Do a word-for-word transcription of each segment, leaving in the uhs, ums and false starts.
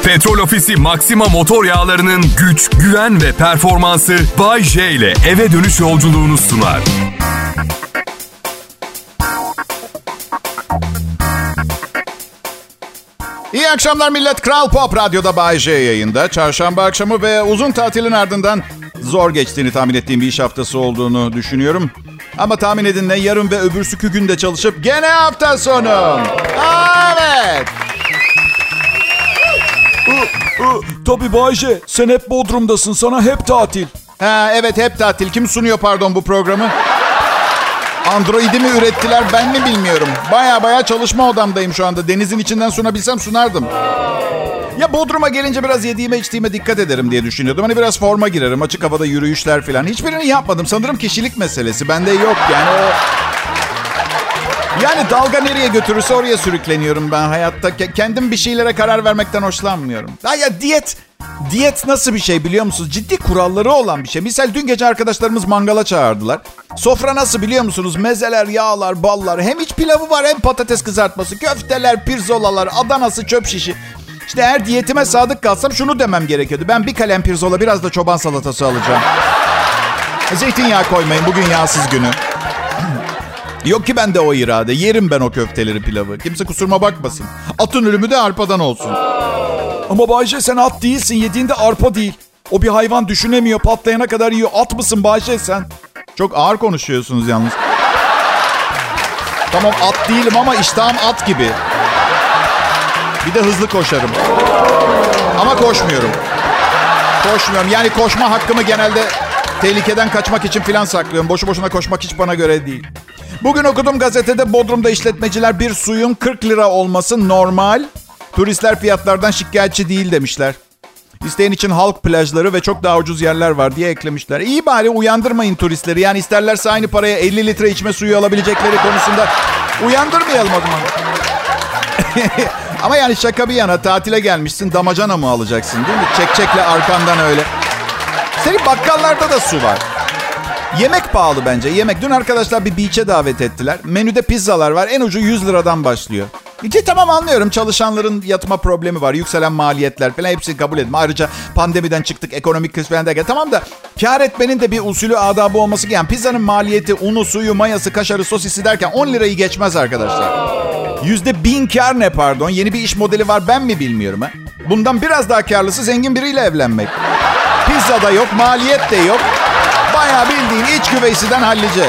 Petrol Ofisi Maxima motor yağlarının güç, güven ve performansı Bay J ile eve dönüş yolculuğunu sunar. İyi akşamlar millet. Kral Pop Radyo'da Bay J yayında. Çarşamba akşamı ve uzun tatilin ardından zor geçtiğini tahmin ettiğim bir iş haftası olduğunu düşünüyorum. Ama tahmin edin ne, yarın ve öbürsü gün de çalışıp gene hafta sonu. Evet. Tabii Bay J, sen hep Bodrum'dasın, sana hep tatil. Ha, evet, hep tatil. Kim sunuyor pardon bu programı? Android'i mi ürettiler, ben mi bilmiyorum. Baya baya çalışma odamdayım şu anda. Denizin içinden sunabilsem sunardım. Ya Bodrum'a gelince biraz yediğime içtiğime dikkat ederim diye düşünüyordum. Hani biraz forma girerim, açık havada yürüyüşler falan. Hiçbirini yapmadım. Sanırım kişilik meselesi. Bende yok yani o... Yani dalga nereye götürürse oraya sürükleniyorum ben hayatta. Kendim bir şeylere karar vermekten hoşlanmıyorum. Ha ya diyet... Diyet nasıl bir şey biliyor musunuz? Ciddi kuralları olan bir şey. Misal dün gece arkadaşlarımız mangala çağırdılar. Sofra nasıl biliyor musunuz? Mezeler, yağlar, ballar. Hem iç pilavı var hem patates kızartması. Köfteler, pirzolalar, Adanası, çöp şişi. İşte eğer diyetime sadık kalsam şunu demem gerekiyordu. Ben bir kalem pirzola, biraz da çoban salatası alacağım. Zeytinyağı koymayın, bugün yağsız günü. Yok ki bende o irade. Yerim ben o köfteleri, pilavı. Kimse kusuruma bakmasın. Atın ölümü de arpadan olsun. Ama Bay J, sen at değilsin. Yediğinde arpa değil. O bir hayvan, düşünemiyor, patlayana kadar yiyor. At mısın Bay J sen? Çok ağır konuşuyorsunuz yalnız. Tamam, at değilim ama iştahım at gibi. Bir de hızlı koşarım. Ama koşmuyorum. Koşmuyorum. Yani koşma hakkımı genelde tehlikeden kaçmak için falan saklıyorum. Boşu boşuna koşmak hiç bana göre değil. Bugün okudum gazetede, Bodrum'da işletmeciler bir suyun kırk lira olması normal. Turistler fiyatlardan şikayetçi değil demişler. İsteyen için halk plajları ve çok daha ucuz yerler var diye eklemişler. İyi bari uyandırmayın turistleri. Yani isterlerse aynı paraya elli litre içme suyu alabilecekleri konusunda uyandırmayalım o zaman. Ama yani şaka bir yana, tatile gelmişsin, damacana mı alacaksın değil mi? Çek çekle arkandan öyle. Senin bakkallarda da su var. Yemek pahalı bence, yemek. Dün arkadaşlar bir beach'e davet ettiler. Menüde pizzalar var, en ucu yüz liradan başlıyor. İki tamam, anlıyorum, çalışanların yatma problemi var, yükselen maliyetler falan, hepsini kabul edin. Ayrıca pandemiden çıktık, ekonomik kriz falan derken tamam da kâr etmenin de bir usulü, adabı olması gerekiyor. Yani pizzanın maliyeti, unu, suyu, mayası, kaşarı, sosisi derken on lirayı geçmez arkadaşlar. Yüzde bin kâr ne pardon? Yeni bir iş modeli var, ben mi bilmiyorum ha? Bundan biraz daha kârlısı zengin biriyle evlenmek. Pizza da yok, maliyet de yok. Bayağı bildiğin iç güveysiden hallice.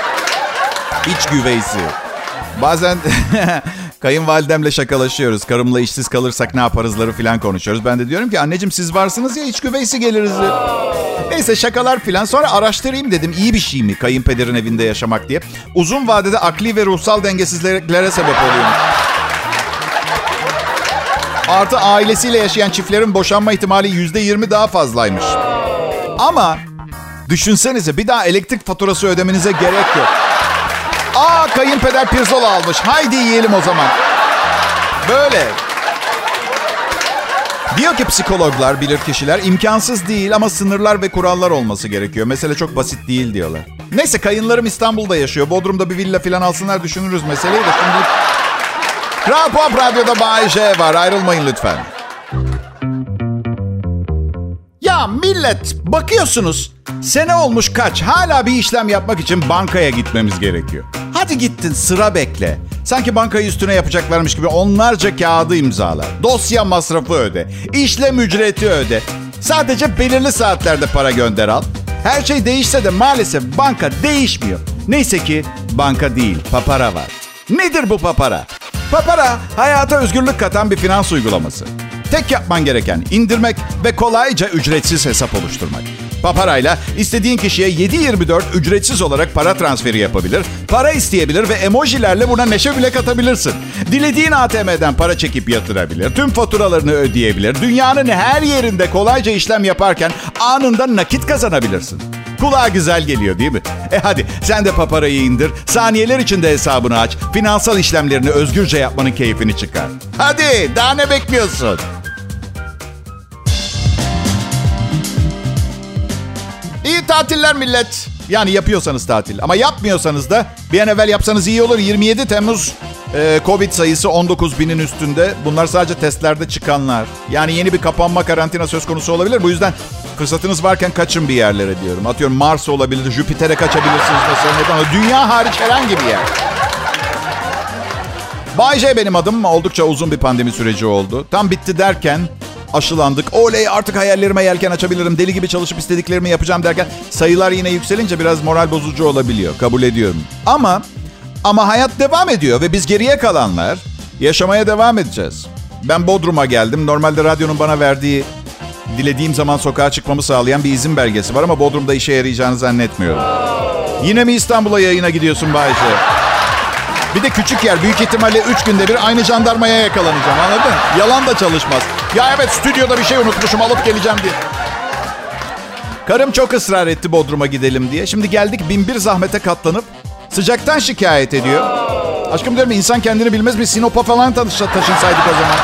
İç güveysi. Bazen kayınvalidemle şakalaşıyoruz. Karımla işsiz kalırsak ne yaparızları falan konuşuyoruz. Ben de diyorum ki anneciğim siz varsınız ya, iç güveysi geliriz. Neyse şakalar falan. Sonra araştırayım dedim, iyi bir şey mi kayınpederin evinde yaşamak diye. Uzun vadede akli ve ruhsal dengesizliklere sebep oluyor. Artı ailesiyle yaşayan çiftlerin boşanma ihtimali yüzde yirmi daha fazlaymış. Ama düşünsenize, bir daha elektrik faturası ödemenize gerek yok. Aa, kayınpeder pirzola almış. Haydi yiyelim o zaman. Böyle. Diyor ki psikologlar, bilirkişiler, imkansız değil ama sınırlar ve kurallar olması gerekiyor. Mesele çok basit değil diyorlar. Neyse, kayınlarım İstanbul'da yaşıyor. Bodrum'da bir villa falan alsınlar, düşünürüz meseleyi de şimdi. Kral Pop Radyo'da Bay J var. Ayrılmayın lütfen. Ya millet, bakıyorsunuz sene olmuş kaç, hala bir işlem yapmak için bankaya gitmemiz gerekiyor. Hadi gittin, sıra bekle. Sanki bankayı üstüne yapacaklarmış gibi onlarca kağıdı imzala. Dosya masrafı öde. İşlem ücreti öde. Sadece belirli saatlerde para gönder al. Her şey değişse de maalesef banka değişmiyor. Neyse ki banka değil, papara var. Nedir bu papara? Papara, hayata özgürlük katan bir finans uygulaması. Tek yapman gereken indirmek ve kolayca ücretsiz hesap oluşturmak. Paparayla istediğin kişiye yedi yirmi dört ücretsiz olarak para transferi yapabilir, para isteyebilir ve emojilerle buna neşe bile katabilirsin. Dilediğin A T M'den para çekip yatırabilir, tüm faturalarını ödeyebilir, dünyanın her yerinde kolayca işlem yaparken anında nakit kazanabilirsin. Kulağa güzel geliyor değil mi? E hadi sen de paparayı indir, saniyeler içinde hesabını aç, finansal işlemlerini özgürce yapmanın keyfini çıkar. Hadi, daha ne bekliyorsun? İyi tatiller millet. Yani yapıyorsanız tatil. Ama yapmıyorsanız da bir an evvel yapsanız iyi olur. yirmi yedi Temmuz Ee, Covid sayısı on dokuz binin üstünde. Bunlar sadece testlerde çıkanlar. Yani yeni bir kapanma, karantina söz konusu olabilir. Bu yüzden fırsatınız varken kaçın bir yerlere diyorum. Atıyorum Mars olabilir, Jüpiter'e kaçabilirsiniz mesela. Neden? Dünya hariç herhangi bir yer. Bay J benim adım. Oldukça uzun bir pandemi süreci oldu. Tam bitti derken aşılandık. Oley, artık hayallerime yelken açabilirim. Deli gibi çalışıp istediklerimi yapacağım derken sayılar yine yükselince biraz moral bozucu olabiliyor. Kabul ediyorum. Ama ama hayat devam ediyor ve biz geriye kalanlar yaşamaya devam edeceğiz. Ben Bodrum'a geldim. Normalde radyonun bana verdiği, dilediğim zaman sokağa çıkmamı sağlayan bir izin belgesi var ama Bodrum'da işe yarayacağını zannetmiyorum. Yine mi İstanbul'a yayına gidiyorsun Bayce? Bir de küçük yer. Büyük ihtimalle üç günde bir aynı jandarmaya yakalanacağım, anladın? Yalan da çalışmaz. Ya evet, stüdyoda bir şey unutmuşum, alıp geleceğim diye. Karım çok ısrar etti Bodrum'a gidelim diye. Şimdi geldik, bin bir zahmete katlanıp sıcaktan şikayet ediyor. Aşkım diyorum, insan kendini bilmez mi? Sinop'a falan taşınsaydık o zaman.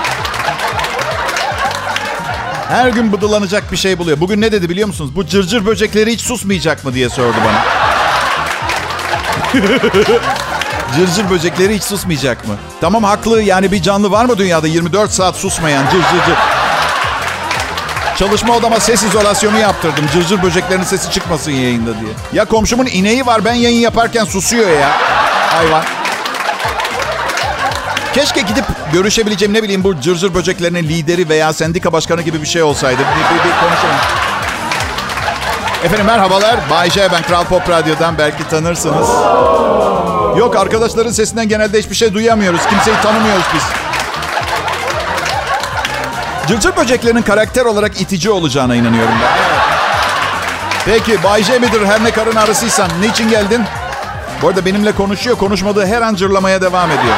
Her gün bıdılanacak bir şey buluyor. Bugün ne dedi biliyor musunuz? Bu cırcır böcekleri hiç susmayacak mı diye sordu bana. Cırcır böcekleri hiç susmayacak mı? Tamam, haklı. Yani bir canlı var mı dünyada yirmi dört saat susmayan cır cır cır? Çalışma odama ses izolasyonu yaptırdım. Cırcır böceklerin sesi çıkmasın yayında diye. Ya komşumun ineği var, ben yayın yaparken susuyor ya. Hayvan. Keşke gidip görüşebileceğim, ne bileyim, bu cırcır böceklerinin lideri veya sendika başkanı gibi bir şey olsaydı. Bir, bir, bir konuşalım. Efendim merhabalar. Bay J, ben Kral Pop Radyo'dan, belki tanırsınız. Yok, arkadaşların sesinden genelde hiçbir şey duyamıyoruz. Kimseyi tanımıyoruz biz. Cırcır böceklerinin karakter olarak itici olacağına inanıyorum ben. Evet. Peki Bay J midir, her ne karın ağrısıysan? Niçin geldin? Bu arada benimle konuşuyor. Konuşmadığı her an cırlamaya devam ediyor.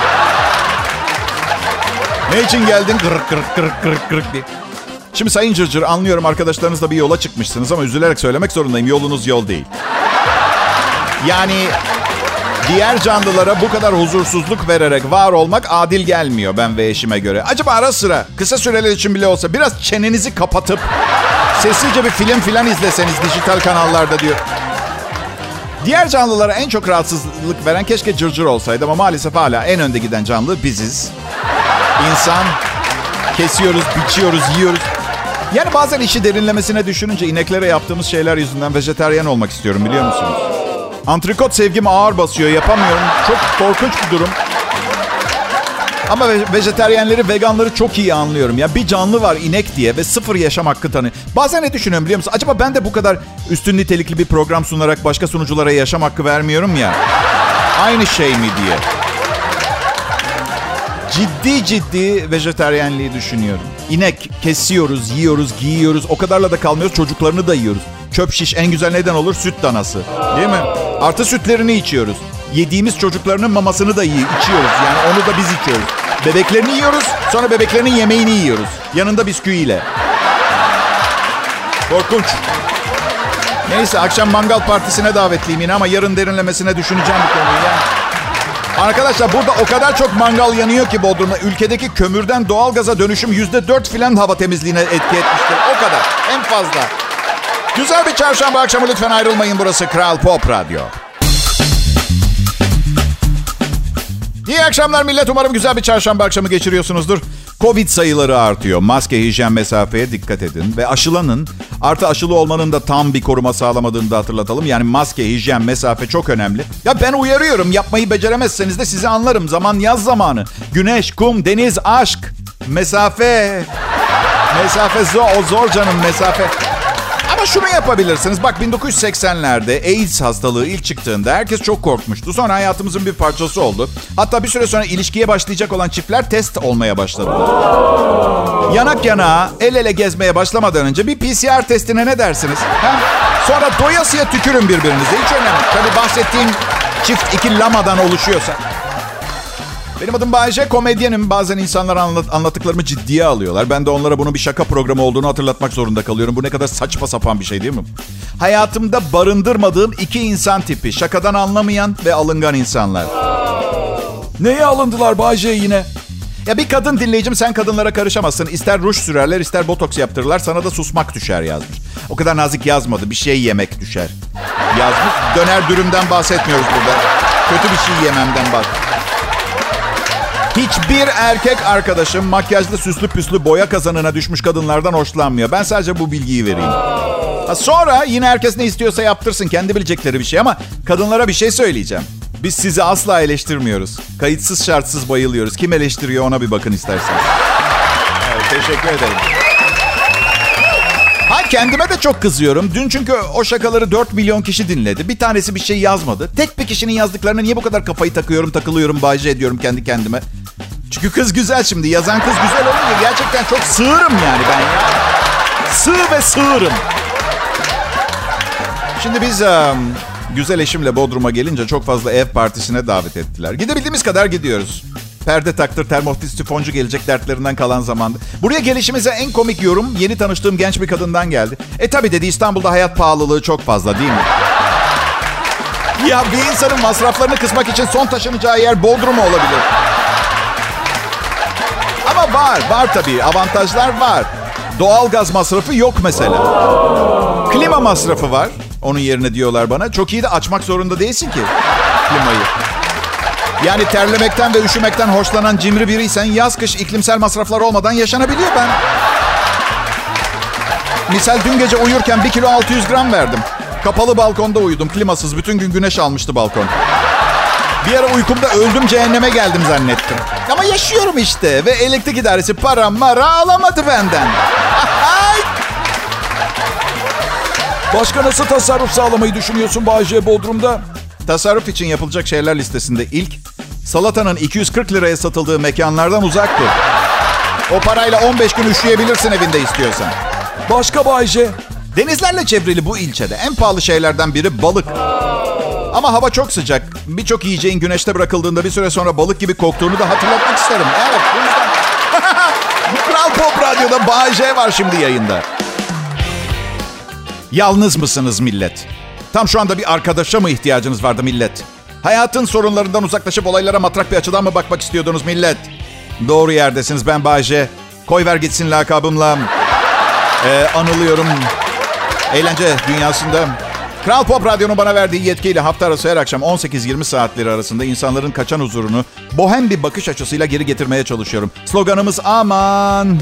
Ne için geldin? Kırık kırık kırık kırık kırık diye. Şimdi Sayın Cırcır, anlıyorum arkadaşlarınızla bir yola çıkmışsınız ama üzülerek söylemek zorundayım. Yolunuz yol değil. Yani diğer canlılara bu kadar huzursuzluk vererek var olmak adil gelmiyor ben ve eşime göre. Acaba ara sıra, kısa süreler için bile olsa biraz çenenizi kapatıp sessizce bir film filan izleseniz dijital kanallarda diyor. Diğer canlılara en çok rahatsızlık veren keşke Cırcır olsaydı ama maalesef hala en önde giden canlı biziz. İnsan, kesiyoruz, biçiyoruz, yiyoruz. Yani bazen işi derinlemesine düşününce ineklere yaptığımız şeyler yüzünden vejetaryen olmak istiyorum, biliyor musunuz? Antrikot sevgim ağır basıyor, yapamıyorum. Çok korkunç bir durum. Ama vejetaryenleri, veganları çok iyi anlıyorum. Ya bir canlı var inek diye ve sıfır yaşam hakkı tanıyor. Bazen ne düşünüyorum biliyor musun? Acaba ben de bu kadar üstün nitelikli bir program sunarak başka sunuculara yaşam hakkı vermiyorum ya. Aynı şey mi diye. Ciddi ciddi vejetaryenliği düşünüyorum. İnek kesiyoruz, yiyoruz, giyiyoruz. O kadarla da kalmıyoruz, çocuklarını da yiyoruz. Çöp şiş en güzel neden olur? Süt danası. Değil mi? Artı sütlerini içiyoruz. Yediğimiz çocuklarının mamasını da iyi içiyoruz. Yani onu da biz içiyoruz. Bebeklerini yiyoruz, sonra bebeklerinin yemeğini yiyoruz. Yanında bisküviyle. Korkunç. Neyse, akşam mangal partisine davetliyim yine ama yarın derinlemesine düşüneceğim bu konuyu. Yani. Arkadaşlar burada o kadar çok mangal yanıyor ki Bodrum'da. Ülkedeki kömürden doğalgaza dönüşüm yüzde dört filan hava temizliğine etki etmiştir. O kadar. En fazla. Güzel bir çarşamba akşamı, lütfen ayrılmayın. Burası Kral Pop Radyo. İyi akşamlar millet. Umarım güzel bir çarşamba akşamı geçiriyorsunuzdur. Covid sayıları artıyor. Maske, hijyen, mesafeye dikkat edin. Ve aşılanın. Artı aşılı olmanın da tam bir koruma sağlamadığını da hatırlatalım. Yani maske, hijyen, mesafe çok önemli. Ya ben uyarıyorum. Yapmayı beceremezseniz de sizi anlarım. Zaman yaz zamanı. Güneş, kum, deniz, aşk. Mesafe. Mesafe zor. O zor canım, mesafe. Ama şunu yapabilirsiniz. Bak bin dokuz yüz seksenlerde AIDS hastalığı ilk çıktığında herkes çok korkmuştu. Sonra hayatımızın bir parçası oldu. Hatta bir süre sonra ilişkiye başlayacak olan çiftler test olmaya başladılar. Yanak yanağa, el ele gezmeye başlamadan önce bir P C R testine ne dersiniz? Hem sonra doyasıya tükürün birbirinize. Hiç önemli. Tabii bahsettiğim çift iki lamadan oluşuyorsa. Benim adım Bay J, komedyenim. Bazen insanlar anlat, anlattıklarımı ciddiye alıyorlar. Ben de onlara bunun bir şaka programı olduğunu hatırlatmak zorunda kalıyorum. Bu ne kadar saçma sapan bir şey değil mi? Hayatımda barındırmadığım iki insan tipi. Şakadan anlamayan ve alıngan insanlar. Neye alındılar Bay J yine? Ya bir kadın dinleyicim, sen kadınlara karışamazsın. İster ruj sürerler, ister botoks yaptırırlar. Sana da susmak düşer yazmış. O kadar nazik yazmadı. Bir şey yemek düşer yazmış. Döner dürümden bahsetmiyoruz burada. Kötü bir şey yememden bahsediyoruz. Hiçbir erkek arkadaşım makyajlı süslü püslü boya kazanına düşmüş kadınlardan hoşlanmıyor. Ben sadece bu bilgiyi vereyim. Ha, sonra yine herkes ne istiyorsa yaptırsın. Kendi bilecekleri bir şey ama kadınlara bir şey söyleyeceğim. Biz sizi asla eleştirmiyoruz. Kayıtsız şartsız bayılıyoruz. Kim eleştiriyor ona bir bakın isterseniz. Evet, teşekkür ederim. Ha, kendime de çok kızıyorum. Dün çünkü o şakaları dört milyon kişi dinledi. Bir tanesi bir şey yazmadı. Tek bir kişinin yazdıklarına niye bu kadar kafayı takıyorum, takılıyorum, bayce ediyorum kendi kendime. Çünkü kız güzel şimdi. Yazan kız güzel olunca gerçekten çok sığırım yani ben ya. Sığ ve sığırım. Şimdi biz um, güzel eşimle Bodrum'a gelince çok fazla ev partisine davet ettiler. Gidebildiğimiz kadar gidiyoruz. Perde taktır, termohtis, sifoncu gelecek dertlerinden kalan zamanda. Buraya gelişimize en komik yorum yeni tanıştığım genç bir kadından geldi. E tabi dedi, İstanbul'da hayat pahalılığı çok fazla değil mi? Ya bir insanın masraflarını kısmak için son taşınacağı yer Bodrum olabilir. Ama var, var tabii. Avantajlar var. Doğalgaz masrafı yok mesela. Klima masrafı var. Onun yerine diyorlar bana. Çok iyi de açmak zorunda değilsin ki klimayı. Yani terlemekten ve üşümekten hoşlanan cimri biriysen yaz kış iklimsel masraflar olmadan yaşanabiliyor ben. Misal dün gece uyurken bir kilo altı yüz gram verdim. Kapalı balkonda uyudum. Klimasız bütün gün güneş almıştı balkon. Bir ara uykumda öldüm, cehenneme geldim zannettim. Ama yaşıyorum işte ve elektrik idaresi para mara alamadı benden. Başka nasıl tasarruf sağlamayı düşünüyorsun Bay J Bodrum'da? Tasarruf için yapılacak şeyler listesinde ilk, salatanın iki yüz kırk liraya satıldığı mekanlardan uzak dur. O parayla on beş gün üşüyebilirsin evinde istiyorsan. Başka Bay J? Denizlerle çevrili bu ilçede en pahalı şeylerden biri balık. Ama hava çok sıcak. Birçok yiyeceğin güneşte bırakıldığında bir süre sonra balık gibi koktuğunu da hatırlatmak isterim. Evet, bu yüzden. Kral Pop Radyo'da Bay J var şimdi yayında. Yalnız mısınız millet? Tam şu anda bir arkadaşa mı ihtiyacınız vardı millet? Hayatın sorunlarından uzaklaşıp olaylara matrak bir açıdan mı bakmak istiyordunuz millet? Doğru yerdesiniz, ben Bay J. Koyver gitsin lakabımla. Ee, anılıyorum. Eğlence dünyasında. Kral Pop Radyo'nun bana verdiği yetkiyle hafta arası her akşam on sekiz yirmi saatleri arasında insanların kaçan huzurunu bohem bir bakış açısıyla geri getirmeye çalışıyorum. Sloganımız aman.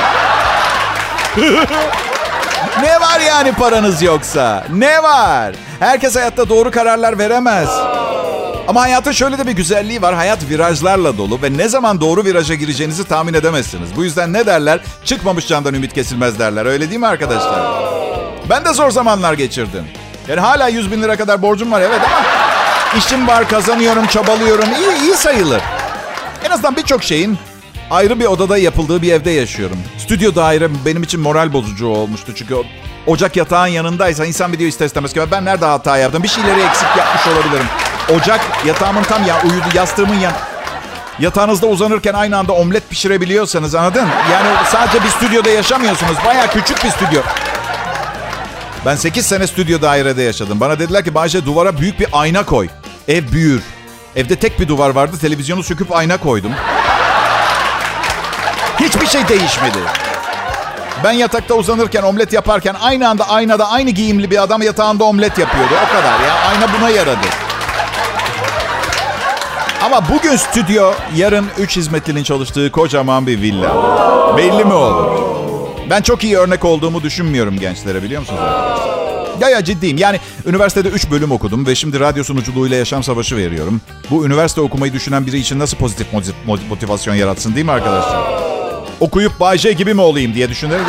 Ne var yani paranız yoksa? Ne var? Herkes hayatta doğru kararlar veremez. Ama hayatın şöyle de bir güzelliği var. Hayat virajlarla dolu ve ne zaman doğru viraja gireceğinizi tahmin edemezsiniz. Bu yüzden ne derler? Çıkmamış candan ümit kesilmez derler. Öyle değil mi arkadaşlar? Ben de zor zamanlar geçirdim. Yani hala yüz bin lira kadar borcum var evet ama işim var, kazanıyorum, çabalıyorum. İyi, iyi sayılır. En azından birçok şeyin ayrı bir odada yapıldığı bir evde yaşıyorum. Stüdyo daire benim için moral bozucu olmuştu. Çünkü ocak yatağın yanındaysa insan bir diyor ister istemez ki ben nerede hata yaptım? Bir şeyleri eksik yapmış olabilirim. Ocak yatağımın tam ya uyudu yastığımın yan. Yatağınızda uzanırken aynı anda omlet pişirebiliyorsanız anladın? Yani sadece bir stüdyoda yaşamıyorsunuz. Bayağı küçük bir stüdyo. Ben sekiz sene stüdyo dairede yaşadım. Bana dediler ki Bayce duvara büyük bir ayna koy. Ev büyür. Evde tek bir duvar vardı. Televizyonu söküp ayna koydum. Hiçbir şey değişmedi. Ben yatakta uzanırken, omlet yaparken aynı anda aynada aynı giyimli bir adam yatağında omlet yapıyordu. O kadar ya. Ayna buna yaradı. Ama bugün stüdyo, yarın üç hizmetlinin çalıştığı kocaman bir villa. Belli mi olur? Ben çok iyi örnek olduğumu düşünmüyorum gençlere, biliyor musunuz arkadaşlar? Ya ya ciddiyim. Yani üniversitede üç bölüm okudum ve şimdi radyo sunuculuğuyla yaşam savaşı veriyorum. Bu üniversite okumayı düşünen biri için nasıl pozitif motivasyon yaratsın değil mi arkadaşlar? Okuyup Bay J gibi mi olayım diye düşünerek.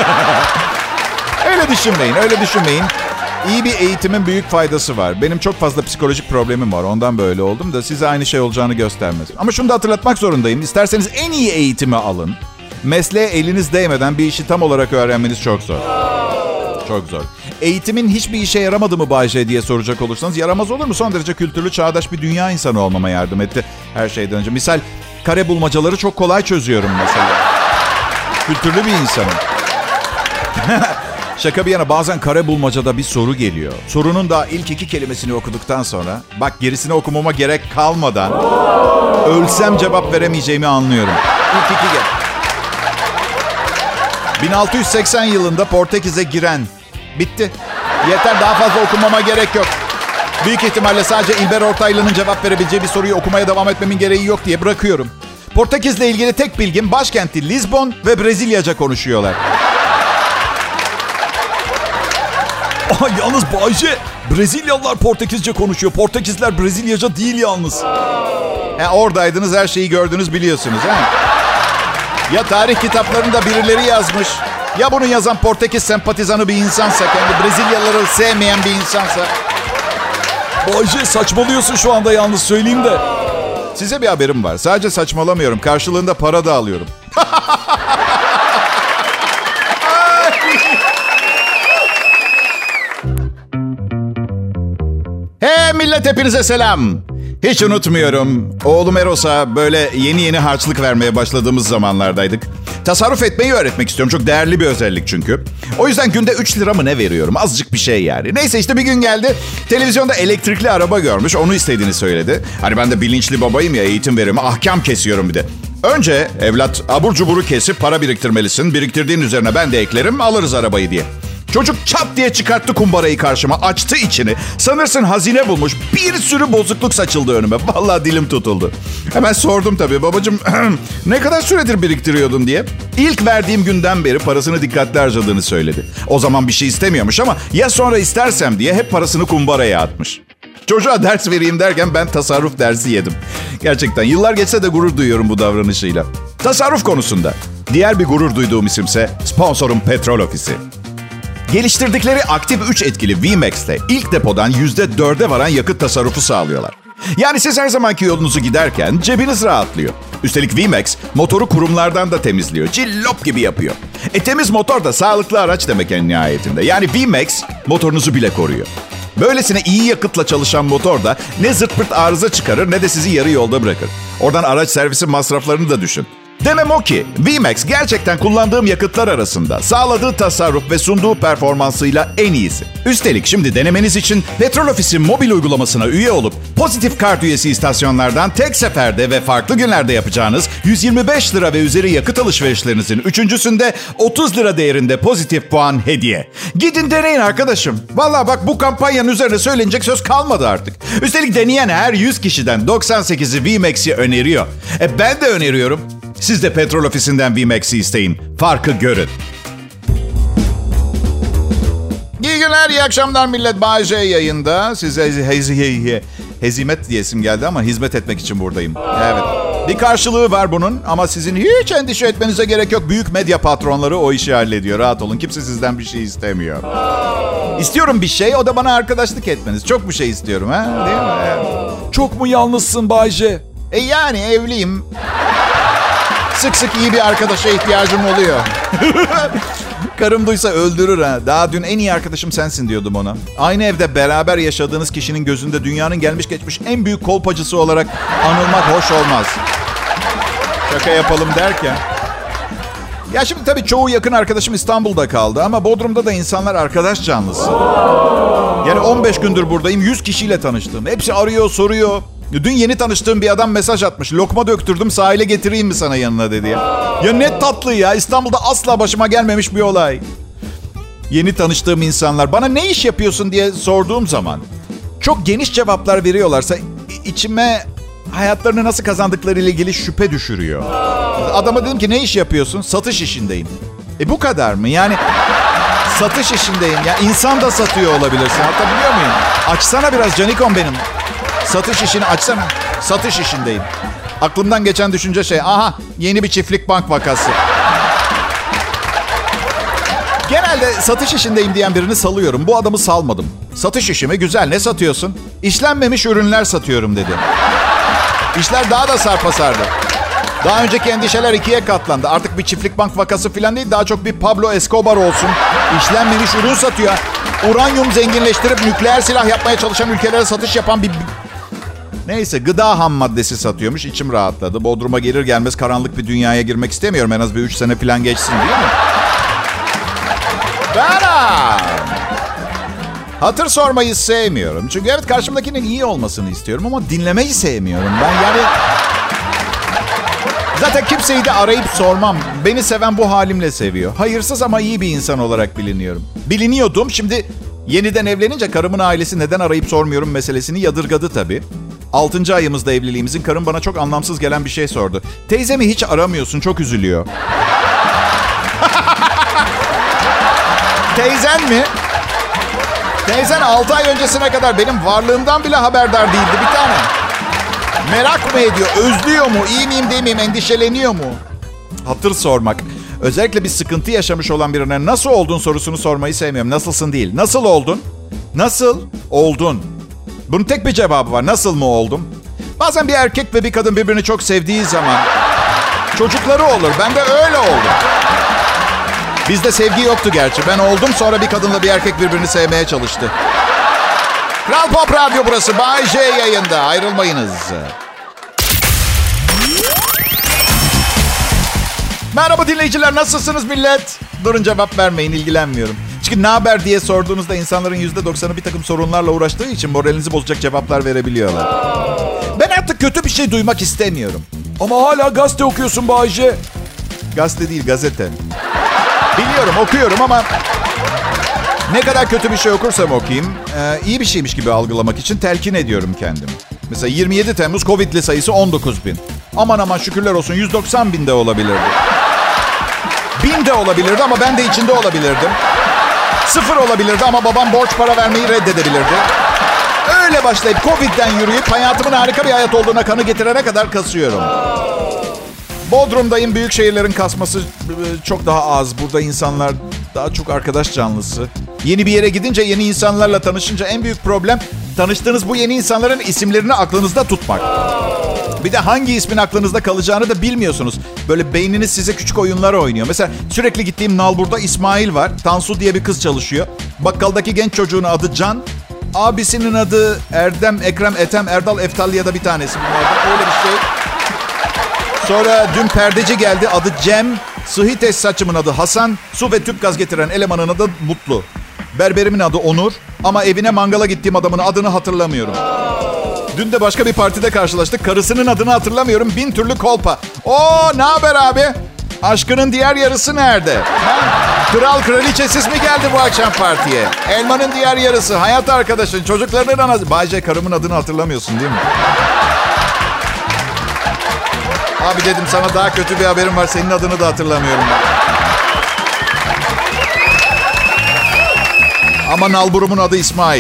Öyle düşünmeyin, öyle düşünmeyin. İyi bir eğitimin büyük faydası var. Benim çok fazla psikolojik problemim var. Ondan böyle oldum da size aynı şey olacağını göstermez. Ama şunu da hatırlatmak zorundayım. İsterseniz en iyi eğitimi alın. Mesleğe eliniz değmeden bir işi tam olarak öğrenmeniz çok zor. Çok zor. Eğitimin hiçbir işe yaramadı mı Bay J diye soracak olursanız yaramaz olur mu? Son derece kültürlü, çağdaş bir dünya insanı olmama yardım etti her şeyden önce. Misal kare bulmacaları çok kolay çözüyorum mesela. Kültürlü bir insanım. Şaka bir yana bazen kare bulmacada bir soru geliyor. Sorunun da ilk iki kelimesini okuduktan sonra bak gerisini okumama gerek kalmadan ölsem cevap veremeyeceğimi anlıyorum. İlk iki gel. bin altı yüz seksen yılında Portekiz'e giren. Bitti. Yeter, daha fazla okumama gerek yok. Büyük ihtimalle sadece İlber Ortaylı'nın cevap verebileceği bir soruyu okumaya devam etmemin gereği yok diye bırakıyorum. Portekiz'le ilgili tek bilgim başkenti Lizbon ve Brezilyaca konuşuyorlar. Aha, yalnız Bayce, Brezilyalılar Portekizce konuşuyor. Portekizler Brezilyaca değil yalnız. He, oradaydınız, her şeyi gördünüz, biliyorsunuz. He? Ya tarih kitaplarında birileri yazmış. Ya bunu yazan Portekiz sempatizanı bir insansa, kendi Brezilyalıları sevmeyen bir insansa. Bayce, saçmalıyorsun şu anda, yalnız söyleyeyim de. Size bir haberim var. Sadece saçmalamıyorum. Karşılığında para da alıyorum. Hey millet, hepinize selam. Hiç unutmuyorum. Oğlum Eros'a böyle yeni yeni harçlık vermeye başladığımız zamanlardaydık. Tasarruf etmeyi öğretmek istiyorum. Çok değerli bir özellik çünkü. O yüzden günde üç lira mı ne veriyorum? Azıcık bir şey yani. Neyse işte bir gün geldi. Televizyonda elektrikli araba görmüş. Onu istediğini söyledi. Hani ben de bilinçli babayım ya, eğitim veriyorum. Ahkam kesiyorum bir de. Önce evlat abur cuburu kesip para biriktirmelisin. Biriktirdiğin üzerine ben de eklerim, alırız arabayı diye. Çocuk çat diye çıkarttı kumbarayı karşıma. Açtı içini. Sanırsın hazine bulmuş. Bir sürü bozukluk saçıldı önüme. Vallahi dilim tutuldu. Hemen sordum tabii. Babacığım ne kadar süredir biriktiriyordun diye. İlk verdiğim günden beri parasını dikkatli harcadığını söyledi. O zaman bir şey istemiyormuş ama ya sonra istersem diye hep parasını kumbaraya atmış. Çocuğa ders vereyim derken ben tasarruf dersi yedim. Gerçekten yıllar geçse de gurur duyuyorum bu davranışıyla. Tasarruf konusunda diğer bir gurur duyduğum isimse sponsorum Petrol Ofisi. Geliştirdikleri aktif üç etkili V-Max'te ilk depodan yüzde dörde varan yakıt tasarrufu sağlıyorlar. Yani siz her zamanki yolunuzu giderken cebiniz rahatlıyor. Üstelik V-Max motoru kurumlardan da temizliyor. Cillop gibi yapıyor. E temiz motor da sağlıklı araç demek en nihayetinde. Yani V-Max motorunuzu bile koruyor. Böylesine iyi yakıtla çalışan motor da ne zırt pırt arıza çıkarır ne de sizi yarı yolda bırakır. Oradan araç servisi masraflarını da düşün. Demem o ki V-Max gerçekten kullandığım yakıtlar arasında sağladığı tasarruf ve sunduğu performansıyla en iyisi. Üstelik şimdi denemeniz için Petrol Ofisi mobil uygulamasına üye olup pozitif kart üyesi istasyonlardan tek seferde ve farklı günlerde yapacağınız yüz yirmi beş lira ve üzeri yakıt alışverişlerinizin üçüncüsünde otuz lira değerinde pozitif puan hediye. Gidin deneyin arkadaşım. Vallahi bak, bu kampanyanın üzerine söylenecek söz kalmadı artık. Üstelik deneyen her yüz kişiden doksan sekizi V-Max'i öneriyor. E ben de öneriyorum. Siz de Petrol Ofisi'nden V-Max'i isteyin. Farkı görün. İyi günler, iyi akşamlar millet. Bay J yayında. Size hezi, hezimet diyesim geldi ama hizmet etmek için buradayım. Evet. Bir karşılığı var bunun ama sizin hiç endişe etmenize gerek yok. Büyük medya patronları o işi hallediyor. Rahat olun. Kimse sizden bir şey istemiyor. İstiyorum bir şey, o da bana arkadaşlık etmeniz. Çok bir şey istiyorum, ha? Değil mi? Evet. Çok mu yalnızsın Bayce? E yani evliyim. Sık sık iyi bir arkadaşa ihtiyacım oluyor. Karım duysa öldürür ha. Daha dün en iyi arkadaşım sensin diyordum ona. Aynı evde beraber yaşadığınız kişinin gözünde dünyanın gelmiş geçmiş en büyük kolpacısı olarak anılmak hoş olmaz. Şaka yapalım derken. Ya şimdi tabii çoğu yakın arkadaşım İstanbul'da kaldı ama Bodrum'da da insanlar arkadaş canlısı. Yani on beş gündür buradayım, yüz kişiyle tanıştım. Hepsi arıyor, soruyor. Dün yeni tanıştığım bir adam mesaj atmış. Lokma döktürdüm, sahile getireyim mi sana yanına dedi ya. Ya ne tatlı ya. İstanbul'da asla başıma gelmemiş bir olay. Yeni tanıştığım insanlar bana ne iş yapıyorsun diye sorduğum zaman çok geniş cevaplar veriyorlarsa içime hayatlarını nasıl kazandıkları ile ilgili şüphe düşürüyor. Adama dedim ki ne iş yapıyorsun? Satış işindeyim. E bu kadar mı? Yani satış işindeyim. Ya insan da satıyor olabilirsin. Anlatabiliyor muyum? Açsana biraz canikom benim. Satış işini açsana. Satış işindeyim. Aklımdan geçen düşünce şey. Aha, yeni bir çiftlik bank vakası. Genelde satış işindeyim diyen birini salıyorum. Bu adamı salmadım. Satış işi mi? Güzel. Ne satıyorsun? İşlenmemiş ürünler satıyorum dedi. İşler daha da sarpa sardı. Daha önceki endişeler ikiye katlandı. Artık bir çiftlik bank vakası falan değil. Daha çok bir Pablo Escobar olsun. İşlenmemiş ürün satıyor. Uranyum zenginleştirip nükleer silah yapmaya çalışan ülkelere satış yapan bir... Neyse, gıda ham maddesi satıyormuş. İçim rahatladı. Bodrum'a gelir gelmez karanlık bir dünyaya girmek istemiyorum. En az bir üç sene falan geçsin, değil mi? Ben hatır sormayı sevmiyorum. Çünkü evet, karşımdakinin iyi olmasını istiyorum ama dinlemeyi sevmiyorum. Ben yani... Zaten kimseyi de arayıp sormam. Beni seven bu halimle seviyor. Hayırsız ama iyi bir insan olarak biliniyorum. Biliniyordum. Şimdi yeniden evlenince karımın ailesi neden arayıp sormuyorum meselesini yadırgadı tabii. Altıncı ayımızda evliliğimizin karım bana çok anlamsız gelen bir şey sordu. Teyzemi hiç aramıyorsun, çok üzülüyor. Teyzen mi? Teyzen altı ay öncesine kadar benim varlığımdan bile haberdar değildi bir tane. Merak mı ediyor, özlüyor mu, iyi miyim değil miyim, endişeleniyor mu? Hatır sormak. Özellikle bir sıkıntı yaşamış olan birine nasıl oldun sorusunu sormayı sevmiyorum. Nasılsın değil, nasıl oldun? Nasıl oldun? Bunun tek bir cevabı var. Nasıl mı oldum? Bazen bir erkek ve bir kadın birbirini çok sevdiği zaman çocukları olur. Ben de öyle oldum. Bizde sevgi yoktu gerçi. Ben oldum, sonra bir kadınla bir erkek birbirini sevmeye çalıştı. Kral Pop Radyo burası. Bay J yayında. Ayrılmayınız. Merhaba dinleyiciler. Nasılsınız millet? Durun, cevap vermeyin. İlgilenmiyorum. Çünkü ne haber diye sorduğunuzda insanların yüzde doksanı bir takım sorunlarla uğraştığı için moralinizi bozacak cevaplar verebiliyorlar. Ben artık kötü bir şey duymak istemiyorum. Ama hala gazete okuyorsun Bay J. Gazete değil, gazete. Biliyorum, okuyorum ama ne kadar kötü bir şey okursam okuyayım, e, iyi bir şeymiş gibi algılamak için telkin ediyorum kendimi. Mesela yirmi yedi Temmuz Covid'li sayısı on dokuz bin. Aman aman şükürler olsun, yüz doksan bin de olabilirdi. Bin de olabilirdi ama ben de içinde olabilirdim. Sıfır olabilirdi ama babam borç para vermeyi reddedebilirdi. Öyle başlayıp Covid'den yürüyüp hayatımın harika bir hayat olduğuna kanı getirene kadar kasıyorum. Bodrum'dayım. Büyük şehirlerin kasması çok daha az. Burada insanlar daha çok arkadaş canlısı. Yeni bir yere gidince, yeni insanlarla tanışınca en büyük problem tanıştığınız bu yeni insanların isimlerini aklınızda tutmak. Bir de hangi ismin aklınızda kalacağını da bilmiyorsunuz. Böyle beyniniz size küçük oyunlar oynuyor. Mesela sürekli gittiğim Nalbur'da İsmail var. Tansu diye bir kız çalışıyor. Bakkaldaki genç çocuğun adı Can. Abisinin adı Erdem, Ekrem, Ethem, Erdal, Eftal ya da bir tanesi bunlardan. Öyle bir şey. Sonra dün perdeci geldi. Adı Cem. Sıhhi tesisatçımın adı Hasan. Su ve tüp gaz getiren elemanın adı Mutlu. Berberimin adı Onur. Ama evine mangala gittiğim adamın adını hatırlamıyorum. Dün de başka bir partide karşılaştık. Karısının adını hatırlamıyorum. Bin türlü kolpa. Oo, ne haber abi? Aşkının diğer yarısı nerede? Ha? Kral kraliçesiz mi geldi bu akşam partiye? Elmanın diğer yarısı, hayat arkadaşın, çocuklarının anası. Bayce, karımın adını hatırlamıyorsun değil mi? Abi dedim, sana daha kötü bir haberim var. Senin adını da hatırlamıyorum ben. Ama nalburumun adı İsmail.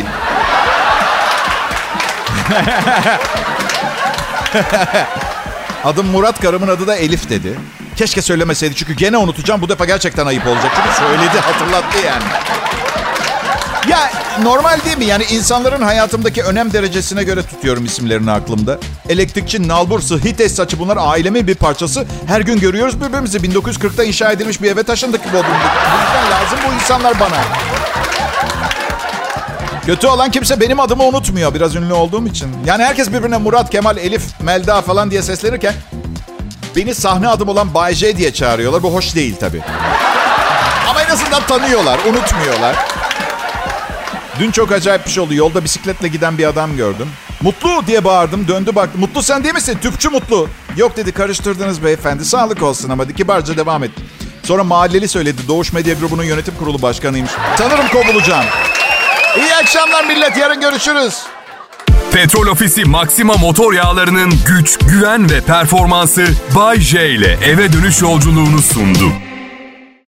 Adım Murat, karımın adı da Elif dedi. Keşke söylemeseydi çünkü gene unutacağım. Bu defa gerçekten ayıp olacak. Çünkü söyledi, hatırlattı yani. Ya normal değil mi? Yani insanların hayatımdaki önem derecesine göre tutuyorum isimlerini aklımda. Elektrikçi, nalbur, sıhhi tesisatçı, bunlar ailemin bir parçası. Her gün görüyoruz birbirimizi. bin dokuz yüz kırkta inşa edilmiş bir eve taşındık Bodrum'da. Bu yüzden lazım bu insanlar bana. Kötü olan kimse benim adımı unutmuyor biraz ünlü olduğum için. Yani herkes birbirine Murat, Kemal, Elif, Melda falan diye seslenirken beni sahne adım olan Bay J diye çağırıyorlar. Bu hoş değil tabii. Ama en azından tanıyorlar, unutmuyorlar. Dün çok acayip bir şey oldu. Yolda bisikletle giden bir adam gördüm. Mutlu diye bağırdım. Döndü baktı. Mutlu sen değil misin? Tüpçü Mutlu. Yok dedi, karıştırdınız beyefendi. Sağlık olsun ama kibarca devam et. Sonra mahalleli söyledi. Doğuş Medya Grubu'nun yönetim kurulu başkanıymış. Sanırım kovulacağım. İyi akşamlar millet. Yarın görüşürüz. Petrol Ofisi Maxima motor yağlarının güç, güven ve performansı Bay J ile eve dönüş yolculuğunu sundu.